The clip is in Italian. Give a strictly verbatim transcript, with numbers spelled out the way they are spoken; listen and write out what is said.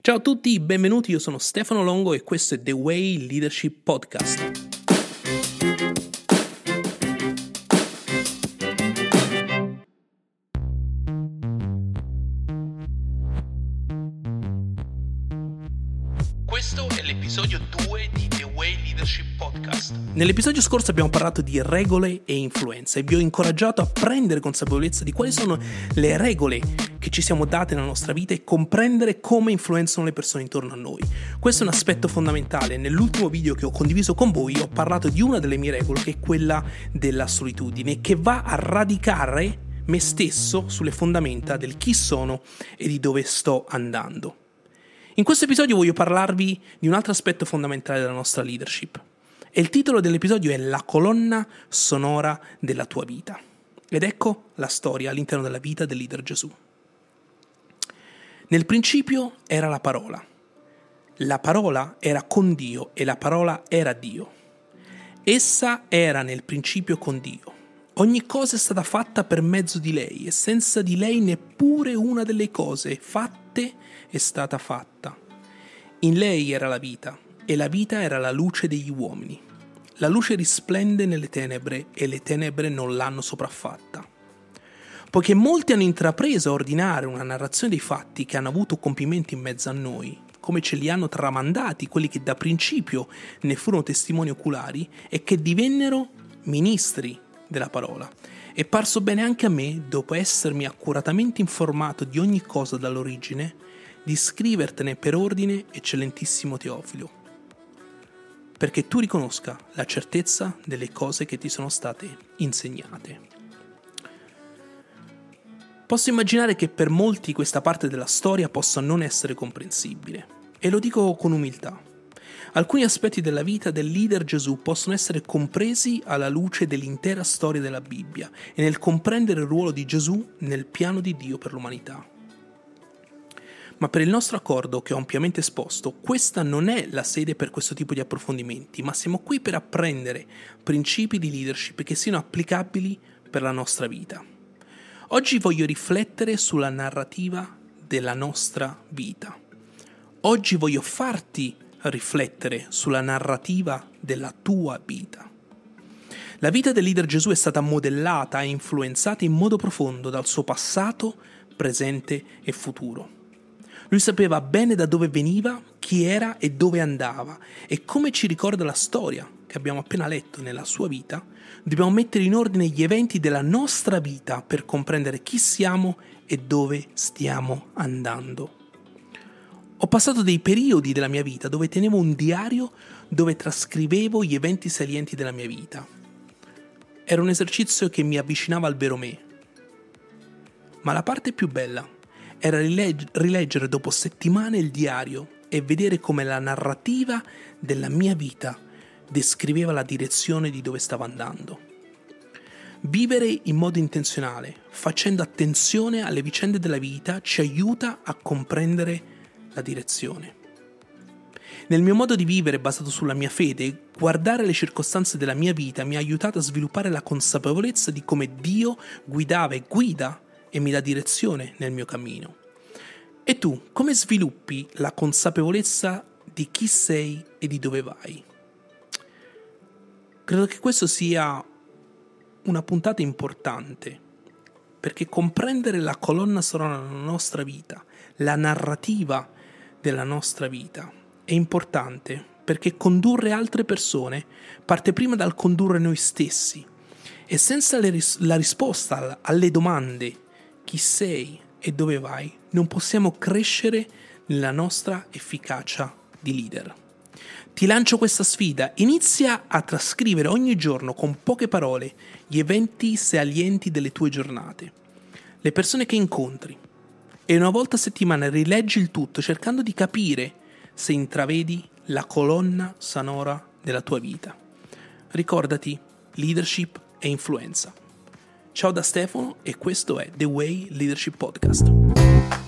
Ciao a tutti, benvenuti, io sono Stefano Longo e questo è The Way Leadership Podcast. Questo è l'episodio due di The Way Leadership Podcast. Nell'episodio scorso abbiamo parlato di regole e influenza e vi ho incoraggiato a prendere consapevolezza di quali sono le regole che ci siamo date nella nostra vita e comprendere come influenzano le persone intorno a noi. Questo è un aspetto fondamentale. Nell'ultimo video che ho condiviso con voi ho parlato di una delle mie regole, che è quella della solitudine, che va a radicare me stesso sulle fondamenta del chi sono e di dove sto andando. In questo episodio voglio parlarvi di un altro aspetto fondamentale della nostra leadership e il titolo dell'episodio è La colonna sonora della tua vita. Ed ecco la storia all'interno della vita del leader Gesù. Nel principio era la parola. La parola era con Dio e la parola era Dio. Essa era nel principio con Dio. Ogni cosa è stata fatta per mezzo di lei e senza di lei neppure una delle cose fatte è stata fatta. In lei era la vita e la vita era la luce degli uomini. La luce risplende nelle tenebre e le tenebre non l'hanno sopraffatta. Poiché molti hanno intrapreso a ordinare una narrazione dei fatti che hanno avuto compimento in mezzo a noi, come ce li hanno tramandati quelli che da principio ne furono testimoni oculari e che divennero ministri della parola. È parso bene anche a me, dopo essermi accuratamente informato di ogni cosa dall'origine, di scrivertene per ordine, eccellentissimo Teofilo, perché tu riconosca la certezza delle cose che ti sono state insegnate. Posso immaginare che per molti questa parte della storia possa non essere comprensibile, e lo dico con umiltà. Alcuni aspetti della vita del leader Gesù possono essere compresi alla luce dell'intera storia della Bibbia e nel comprendere il ruolo di Gesù nel piano di Dio per l'umanità. Ma per il nostro accordo, che ho ampiamente esposto, questa non è la sede per questo tipo di approfondimenti, ma siamo qui per apprendere principi di leadership che siano applicabili per la nostra vita. Oggi voglio riflettere sulla narrativa della nostra vita. Oggi voglio farti riflettere sulla narrativa della tua vita. La vita del leader Gesù è stata modellata e influenzata in modo profondo dal suo passato, presente e futuro. Lui sapeva bene da dove veniva, chi era e dove andava, e come ci ricorda la storia che abbiamo appena letto nella sua vita, dobbiamo mettere in ordine gli eventi della nostra vita per comprendere chi siamo e dove stiamo andando. Ho passato dei periodi della mia vita dove tenevo un diario dove trascrivevo gli eventi salienti della mia vita. Era un esercizio che mi avvicinava al vero me. Ma la parte più bella era rilegg- rileggere dopo settimane il diario e vedere come la narrativa della mia vita descriveva la direzione di dove stavo andando. Vivere in modo intenzionale, facendo attenzione alle vicende della vita, ci aiuta a comprendere la direzione. Nel mio modo di vivere basato sulla mia fede, guardare le circostanze della mia vita mi ha aiutato a sviluppare la consapevolezza di come Dio guidava e guida e mi dà direzione nel mio cammino. E tu, come sviluppi la consapevolezza di chi sei e di dove vai? Credo che questo sia una puntata importante, perché comprendere la colonna sonora della nostra vita, la narrativa della nostra vita, è importante perché condurre altre persone parte prima dal condurre noi stessi e senza le ris- la risposta alle domande chi sei e dove vai non possiamo crescere nella nostra efficacia di leader. Ti lancio questa sfida: inizia a trascrivere ogni giorno con poche parole gli eventi salienti delle tue giornate, le persone che incontri, e una volta a settimana rileggi il tutto cercando di capire se intravedi la colonna sonora della tua vita. Ricordati, leadership e influenza. Ciao da Stefano e questo è The Way Leadership Podcast.